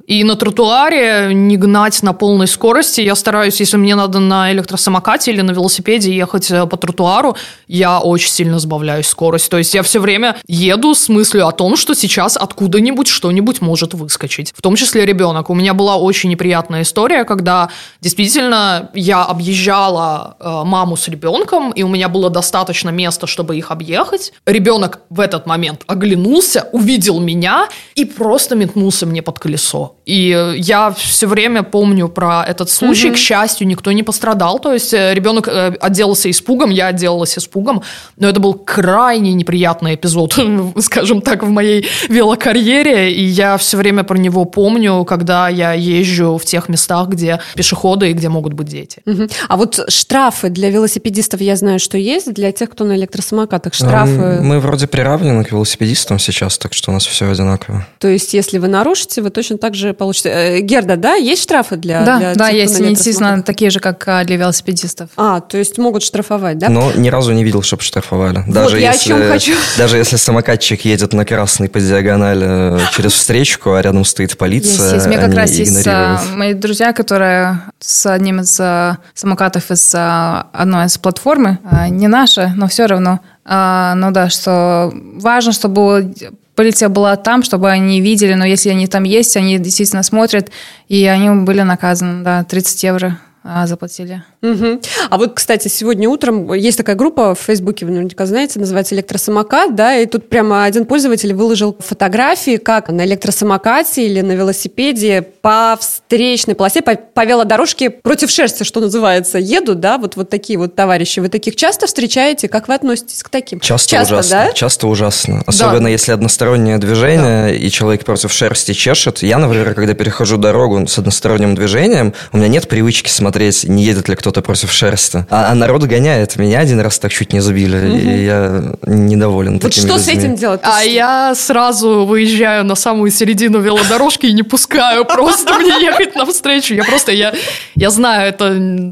И на тротуаре не гнать на полной скорости. Я стараюсь, если мне надо на электросамокате или на велосипеде ехать по тротуару, я очень сильно сбавляю скорость. То есть я все время еду с мыслью о том, что сейчас откуда-нибудь что-нибудь может выскочить. В том числе ребенок. У меня была очень неприятная история, когда действительно я объезжала э, маму с ребенком, и у меня было достаточно места, чтобы их объехать. Ребенок в этот момент оглянулся, увидел меня и просто метнулся мне под колесо. И я все время помню про этот случай. Mm-hmm. К счастью, никто не пострадал. То есть ребенок отделался испугом, я отделалась испугом. Но это был крайне неприятный эпизод, скажем так, в моей велокарьере. И я все время про него помню, когда я езжу в тех местах, где пешеходы и где могут быть дети. Mm-hmm. А вот штрафы для велосипедистов, я знаю, что есть. Для тех, кто на электросамокатах, штрафы... Мы вроде приравнены к велосипедистам сейчас, так что у нас все одинаково. То есть, если вы нарушите, вы точно так же получите. Герда, да, есть штрафы для, да, для да, тех, есть, они действительно такие же, как для велосипедистов. А, то есть могут штрафовать, да? Но ни разу не видел, чтобы штрафовали. Вот даже я если, о чем хочу. Даже если самокатчик едет на красный по диагонали через встречку, а рядом стоит полиция, есть, есть. У меня как раз игнорируют. есть мои друзья, которые с одним из самокатов из одной из платформы, не наши, но все равно, ну да, что важно, чтобы полиция была там, чтобы они видели, но если они там есть, они действительно смотрят, и они были наказаны, да, тридцать евро заплатили. Угу. А вот, кстати, сегодня утром есть такая группа в Фейсбуке, вы наверняка знаете, называется «Электросамокат», да, и тут прямо один пользователь выложил фотографии, как на электросамокате или на велосипеде по встречной полосе, по, по велодорожке против шерсти, что называется, едут, да, вот, вот такие вот товарищи. Вы таких часто встречаете? Как вы относитесь к таким? Часто, часто ужасно. Да? Часто ужасно. Особенно да. если одностороннее движение, да. и человек против шерсти чешет. Я, например, когда перехожу дорогу с односторонним движением, у меня нет привычки смотреть, не едет ли кто-то против шерсти. А, а народ гоняет. Меня один раз так чуть не забили, угу. и я недоволен вот такими что людьми. с этим делать? А я сразу выезжаю на самую середину велодорожки и не пускаю просто мне ехать навстречу. Я просто, я, я знаю это.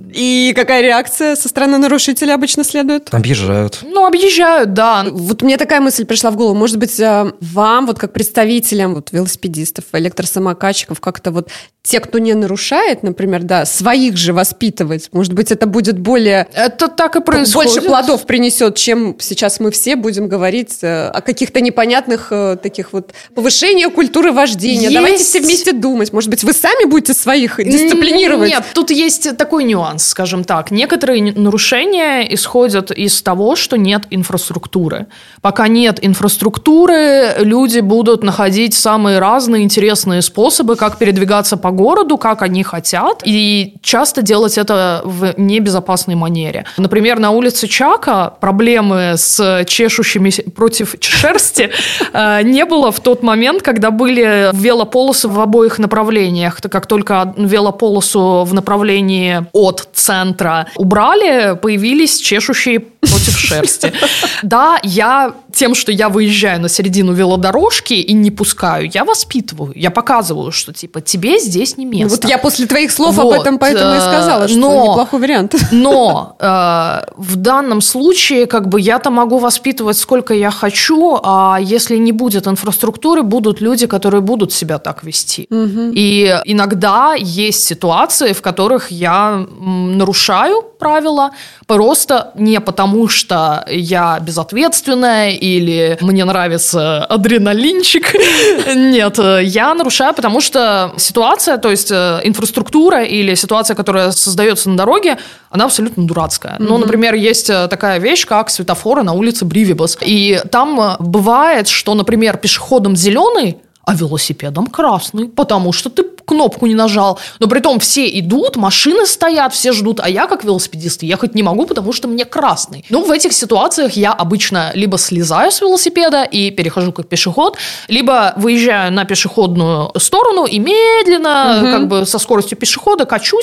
И какая реакция со стороны нарушителя обычно следует? Объезжают. Ну, объезжают, да. Вот мне такая мысль пришла в голову. Может быть, вам, вот как представителям вот, велосипедистов, электросамокатчиков, как-то вот те, кто не нарушает, например, да, своих же воспитывать. Может быть, это будет более... Это так и происходит. Больше плодов принесет, чем сейчас мы все будем говорить о каких-то непонятных таких вот повышении культуры вождения. Есть... Давайте все вместе думать. Может быть, вы сами будете своих дисциплинировать? Нет, тут есть такой нюанс, скажем так. Некоторые нарушения исходят из того, что нет инфраструктуры. Пока нет инфраструктуры, люди будут находить самые разные интересные способы, как передвигаться по городу, как они хотят, и часто делать это в небезопасной манере. Например, на улице Чака проблемы с чешущими против шерсти не было в тот момент, когда были велополосы в обоих направлениях. Как только велополосу в направлении от центра убрали, появились чешущие против шерсти. Да, я тем, что я выезжаю на середину велодорожки и не пускаю, я воспитываю, я показываю, что типа тебе здесь не место. Вот я после твоих слов вот, об этом поэтому и сказала, что но, неплохой вариант. Но э, в данном случае как бы я-то могу воспитывать сколько я хочу, а если не будет инфраструктуры, будут люди, которые будут себя так вести. Угу. И иногда есть ситуации, в которых я нарушаю правила, просто не потому, что я безответственная или мне нравится адреналинчик. Нет, я нарушаю, потому что ситуация, то есть инфраструктура или ситуация, которая создается на дороге, она абсолютно дурацкая. Mm-hmm. Ну, например, есть такая вещь, как светофоры на улице Бривибас. И там бывает, что, например, пешеходом зеленый, а велосипедом красный, потому что ты кнопку не нажал. Но при том все идут, машины стоят, все ждут, а я, как велосипедист, ехать не могу, потому что мне красный. Ну, в этих ситуациях я обычно либо слезаю с велосипеда и перехожу как пешеход, либо выезжаю на пешеходную сторону и медленно, угу. как бы со скоростью пешехода качусь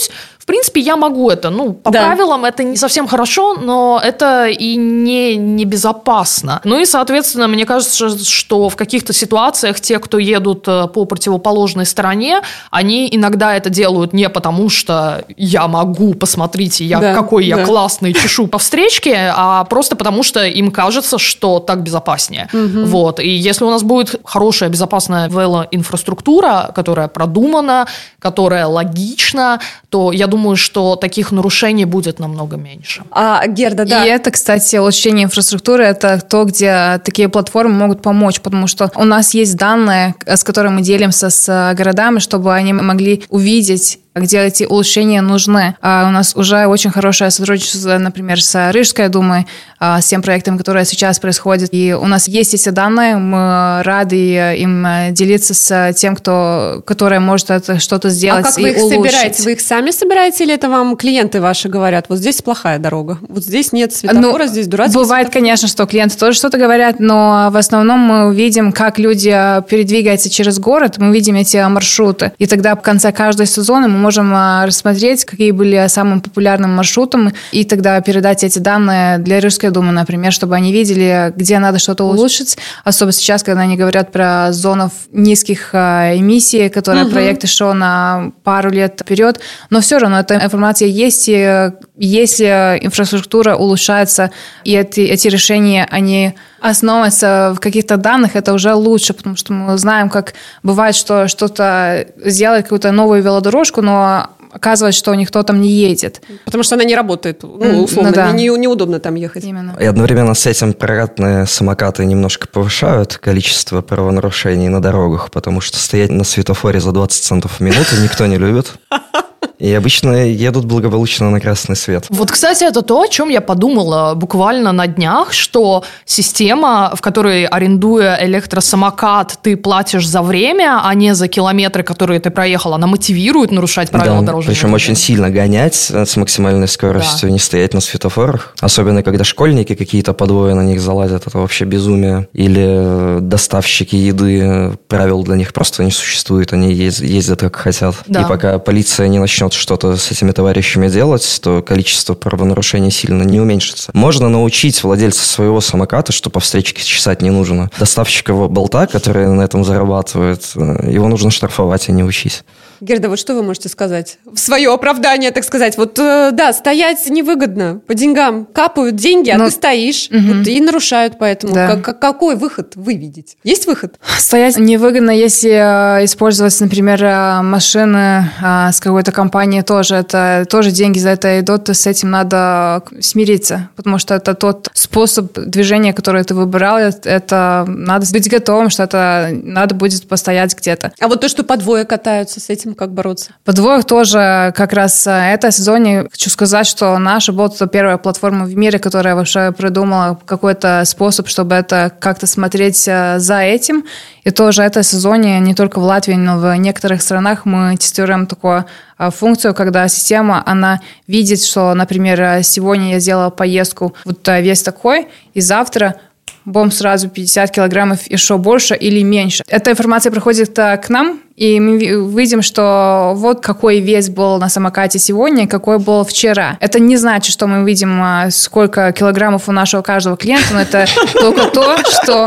В принципе, я могу это. Ну, по да. правилам это не совсем хорошо, но это и не небезопасно. Ну и, соответственно, мне кажется, что в каких-то ситуациях те, кто едут по противоположной стороне, они иногда это делают не потому, что я могу, посмотрите, я, да, какой я да. классный, чешу по встречке, а просто потому, что им кажется, что так безопаснее. Угу. Вот. И если у нас будет хорошая, безопасная велоинфраструктура, которая продумана, которая логична, то я думаю, что таких нарушений будет намного меньше. А, Герда, да. И это, кстати, улучшение инфраструктуры, это то, где такие платформы могут помочь, потому что у нас есть данные, с которыми мы делимся с городами, чтобы они могли увидеть, где эти улучшения нужны. А у нас уже очень хорошее сотрудничество, например, с Рижской думой, с тем проектом, который сейчас происходит. И у нас есть эти данные, мы рады им делиться с тем, кто, который может это что-то сделать и улучшить. А как вы их собираете? Вы их сами собираете или это вам клиенты ваши говорят? Вот здесь плохая дорога, вот здесь нет светофора, ну, здесь дурацкий бывает, светофор. Конечно, что клиенты тоже что-то говорят, но в основном мы видим, как люди передвигаются через город, мы видим эти маршруты. И тогда в конце каждого сезона мы можем рассмотреть, какие были самым популярным маршрутом, и тогда передать эти данные для Рижской думы, например, чтобы они видели, где надо что-то улучшить. Особенно сейчас, когда они говорят про зону низких эмиссий, которые угу. проект шел на пару лет вперед. Но все равно эта информация есть, и если инфраструктура улучшается, и эти, эти решения, они основываются в каких-то данных, это уже лучше, потому что мы знаем, как бывает, что что-то сделать, какую-то новую велодорожку, но оказывается, что никто там не едет. Потому что она не работает, ну, условно, ну, да. не, неудобно там ехать. Именно. И одновременно с этим прокатные самокаты немножко повышают количество правонарушений на дорогах, потому что стоять на светофоре за двадцать центов в минуту никто не любит. И обычно едут благополучно на красный свет. Вот, кстати, это то, о чем я подумала буквально на днях, что система, в которой, арендуя электросамокат, ты платишь за время, а не за километры, которые ты проехал, она мотивирует нарушать правила да, дорожного причем движения. Очень сильно гонять с максимальной скоростью, да. не стоять на светофорах. Особенно, когда школьники какие-то подвои на них залазят, это вообще безумие. Или доставщики еды, правил для них просто не существует, они ездят как хотят. Да. И пока полиция не начнет что-то с этими товарищами делать, то количество правонарушений сильно не уменьшится. Можно научить владельца своего самоката, что по встречке чесать не нужно. Доставщика болта, который на этом зарабатывает, его нужно штрафовать, а не учить. Герда, вот что вы можете сказать? В свое оправдание, так сказать. Вот, да, стоять невыгодно. По деньгам капают деньги, а ну, ты стоишь. Угу. Вот, и нарушают поэтому. Да. Как, какой выход вы видите? Есть выход? Стоять невыгодно, если использовать, например, машины с какой-то компанией тоже. Это тоже деньги за это идут. С этим надо смириться. Потому что это тот способ движения, который ты выбирал. Это надо быть готовым, что это надо будет постоять где-то. А вот то, что по двое катаются, с этим как бороться? По двоих тоже как раз это сезоне хочу сказать, что наша Bolt — это первая платформа в мире, которая вообще придумала какой-то способ, чтобы это как-то смотреть за этим. И тоже это сезоне не только в Латвии, но в некоторых странах мы тестируем такую функцию, когда система, она видит, что, например, сегодня я сделала поездку вот весь такой, и завтра бом сразу пятьдесят килограммов, еще больше или меньше. Эта информация приходит к нам, и мы видим, что вот какой вес был на самокате сегодня, какой был вчера. Это не значит, что мы видим, сколько килограммов у нашего каждого клиента, но это только то, что,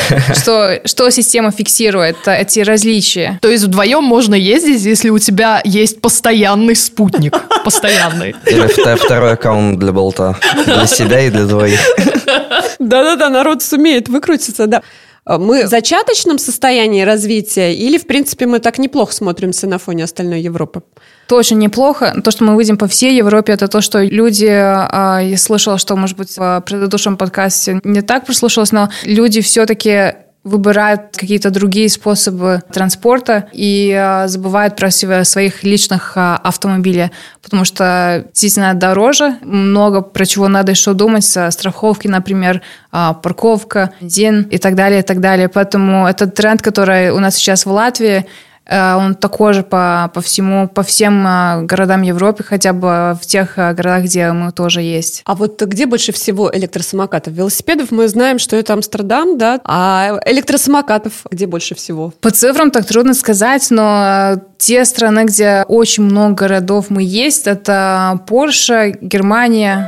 что, что система фиксирует, эти различия. То есть вдвоем можно ездить, если у тебя есть постоянный спутник. Постоянный. Или второй аккаунт для болта. Для себя и для двоих. Да-да-да, народ сумеет выкрутиться, да. Мы в зачаточном состоянии развития или, в принципе, мы так неплохо смотримся на фоне остальной Европы? Тоже неплохо. То, что мы видим по всей Европе, это то, что люди, я слышала, что, может быть, в предыдущем подкасте не так прослушалось, но люди все-таки выбирают какие-то другие способы транспорта и э, забывают про своих личных э, автомобилей, потому что действительно дороже, много про чего надо еще думать, страховки, например, э, парковка, бензин и так далее, и так далее. Поэтому этот тренд, который у нас сейчас в Латвии, Он такой же по, по всему, по всем городам Европы, хотя бы в тех городах, где мы тоже есть. А вот где больше всего электросамокатов? Велосипедов мы знаем, что это Амстердам, да? А электросамокатов где больше всего? По цифрам так трудно сказать, но те страны, где очень много городов мы есть, это Польша, Германия.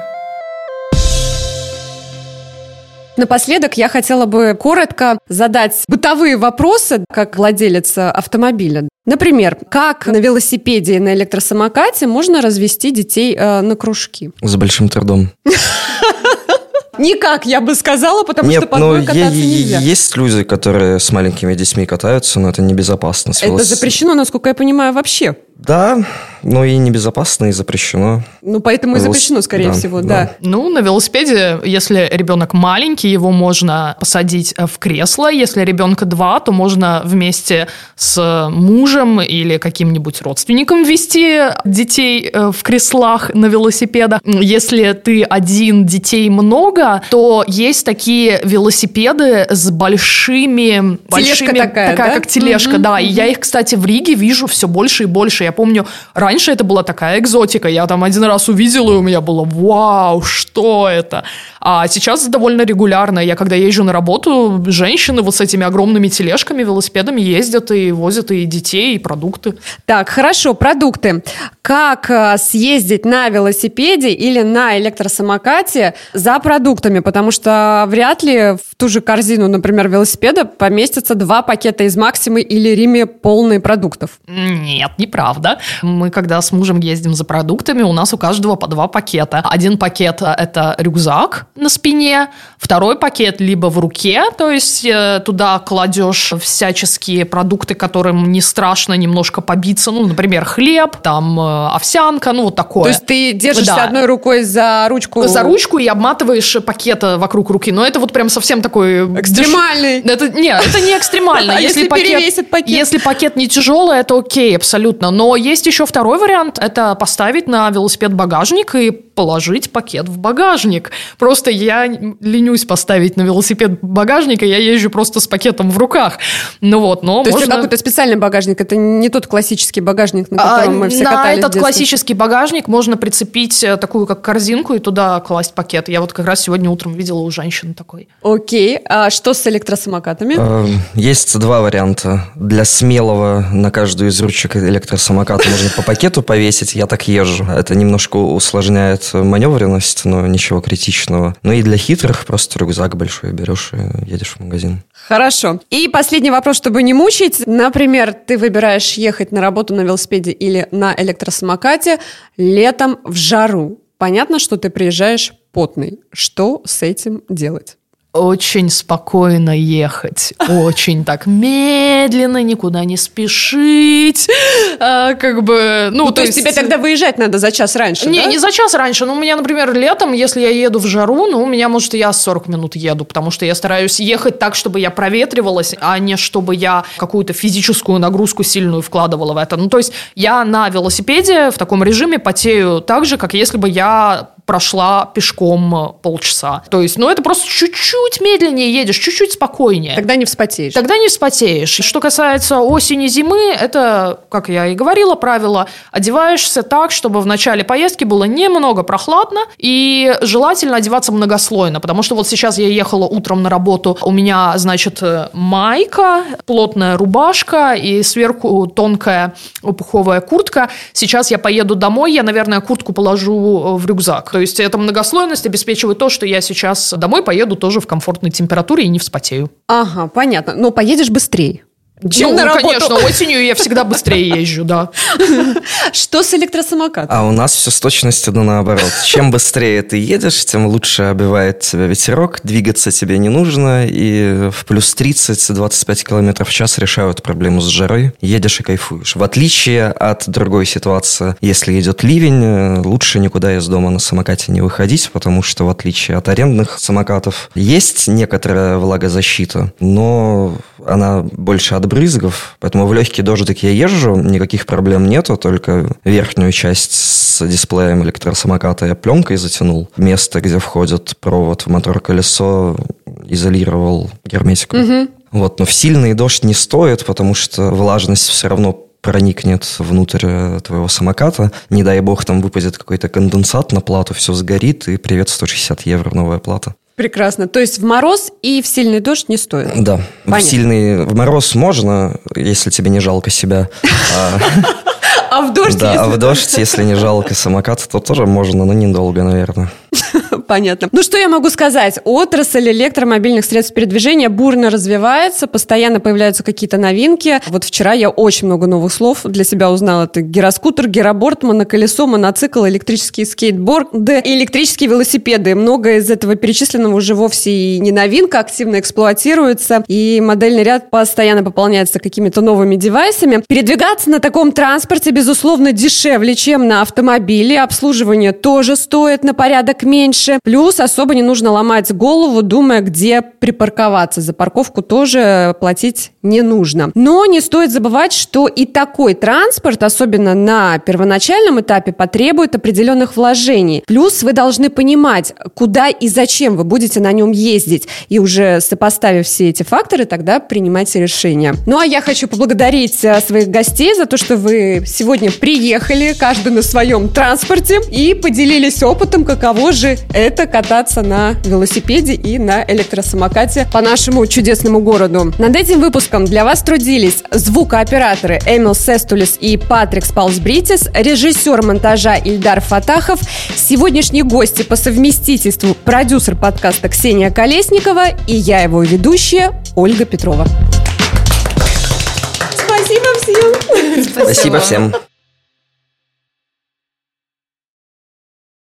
Напоследок я хотела бы коротко задать бытовые вопросы, как владелец автомобиля. Например, как на велосипеде и на электросамокате можно развести детей э, на кружки? С большим трудом. Никак, я бы сказала, потому Нет, что под горой кататься е- нельзя. Есть люди, которые с маленькими детьми катаются, но это небезопасно. С Это велос... запрещено, насколько я понимаю, вообще. Да, но и небезопасно, и запрещено. Ну, поэтому и Велос- запрещено, скорее да, всего, да. да. Ну, на велосипеде, если ребенок маленький, его можно посадить в кресло. Если ребенка два, то можно вместе с мужем или каким-нибудь родственником вести детей в креслах на велосипедах. Если ты один, детей много, то есть такие велосипеды с большими... Тележка большими, такая, такая да? как тележка, Мгм, да. мгм. И я их, кстати, в Риге вижу все больше и больше. Я помню, раньше это была такая экзотика. Я там один раз увидела, и у меня было «Вау, что это?». А сейчас довольно регулярно. Я когда езжу на работу, женщины вот с этими огромными тележками, велосипедами ездят и возят и детей, и продукты. Так, хорошо, продукты. Как э, съездить на велосипеде или на электросамокате за продуктами? Потому что вряд ли в ту же корзину, например, велосипеда поместятся два пакета из Максимы или Риме полные продуктов. Нет, неправда. Мы когда с мужем ездим за продуктами, у нас у каждого по два пакета. Один пакет – это рюкзак на спине, второй пакет либо в руке, то есть э, туда кладешь всяческие продукты, которым не страшно немножко побиться, ну, например, хлеб, там э, овсянка, ну, вот такое. То есть ты держишься Да. одной рукой за ручку? За ручку и обматываешь пакет вокруг руки. Но это вот прям совсем такой... Экстремальный. Это, нет, это не экстремально. А если перевесит пакет? Если пакет не тяжелый, это окей, абсолютно. Но есть еще второй вариант. Это поставить на велосипед багажник и положить пакет в багажник. Просто я ленюсь поставить на велосипед багажник, и я езжу просто с пакетом в руках. Ну вот, но То можно... есть это какой-то специальный багажник? Это не тот классический багажник, на котором А, мы все на катались в этот детстве? классический багажник можно прицепить э, такую как корзинку и туда класть пакет. Я вот как раз сегодня утром видела у женщины такой. Окей. А что с электросамокатами? Э, Есть два варианта. Для смелого на каждую из ручек электросамоката можно по пакету повесить. Я так езжу. Это немножко усложняет маневренность, но ничего критичного. Ну и для хитрых просто рюкзак большой берешь и едешь в магазин. Хорошо. И последний вопрос, чтобы не мучить. Например, ты выбираешь ехать на работу на велосипеде или на электросамокате летом в жару. Понятно, что ты приезжаешь потный. Что с этим делать? Очень спокойно ехать, очень так медленно, никуда не спешить, а, как бы, ну, Ну, то есть тебе тогда выезжать надо за час раньше, Не, да? не за час раньше. Ну, у меня, например, летом, если я еду в жару, ну, у меня, может, я сорок минут еду, потому что я стараюсь ехать так, чтобы я проветривалась, а не чтобы я какую-то физическую нагрузку сильную вкладывала в это. Ну, то есть я на велосипеде в таком режиме потею так же, как если бы я прошла пешком полчаса. То есть, ну, это просто чуть-чуть медленнее едешь, чуть-чуть спокойнее. Тогда не вспотеешь. Тогда не вспотеешь. Что касается осени, зимы, это, как я и говорила, правило, одеваешься так, чтобы в начале поездки было немного прохладно, и желательно одеваться многослойно, потому что вот сейчас я ехала утром на работу, у меня, значит, майка, плотная рубашка и сверху тонкая пуховая куртка. Сейчас я поеду домой, я, наверное, куртку положу в рюкзак. То есть эта многослойность обеспечивает то, что я сейчас домой поеду тоже в комфортной температуре и не вспотею. Ага, понятно. Но поедешь быстрее. Чем ну, на работу. конечно, осенью я всегда быстрее езжу, да. Что с электросамокатом? А у нас все с точностью да наоборот. Чем быстрее ты едешь, тем лучше обивает тебя ветерок, двигаться тебе не нужно, и в плюс тридцать - двадцать пять километров в час решают проблему с жарой. Едешь и кайфуешь. В отличие от другой ситуации, если идет ливень, лучше никуда из дома на самокате не выходить, потому что в отличие от арендных самокатов есть некоторая влагозащита, но она больше от брызгов, поэтому в легкий дождик я езжу, никаких проблем нету, только верхнюю часть с дисплеем электросамоката я пленкой затянул. Место, где входит провод в мотор-колесо, изолировал герметиком. Угу. Вот, но в сильный дождь не стоит, потому что влажность все равно проникнет внутрь твоего самоката. Не дай бог, там выпадет какой-то конденсат на плату, все сгорит, и привет, сто шестьдесят евро новая плата. Прекрасно. То есть в мороз и в сильный дождь не стоит? Да. В сильный в мороз можно, если тебе не жалко себя. А в дождь? Да, а в дождь, если не жалко самокат, то тоже можно, но недолго, наверное. Понятно. Ну, что я могу сказать? Отрасль электромобильных средств передвижения бурно развивается, постоянно появляются какие-то новинки. Вот вчера я очень много новых слов для себя узнала. Это гироскутер, гироборд, моноколесо, моноцикл, электрический скейтборд, да, электрические велосипеды. Многое из этого перечисленного уже вовсе и не новинка, активно эксплуатируется, и модельный ряд постоянно пополняется какими-то новыми девайсами. Передвигаться на таком транспорте, безусловно, дешевле, чем на автомобиле. Обслуживание тоже стоит на порядок меньше. Плюс особо не нужно ломать голову, думая, где припарковаться. За парковку тоже платить не нужно. Но не стоит забывать, что и такой транспорт, особенно на первоначальном этапе, потребует определенных вложений. Плюс вы должны понимать, куда и зачем вы будете на нем ездить. И уже сопоставив все эти факторы, тогда принимайте решение. Ну, а я хочу поблагодарить своих гостей за то, что вы сегодня приехали, каждый на своем транспорте, и поделились опытом, каково же это кататься на велосипеде и на электросамокате по нашему чудесному городу. Над этим выпуском для вас трудились звукооператоры Эмил Сестулис и Патрик Спалсбритис, режиссер монтажа Ильдар Фатахов, сегодняшние гости по совместительству продюсер подкаста Ксения Колесникова и я, его ведущая, Ольга Петрова. Спасибо всем! Спасибо всем!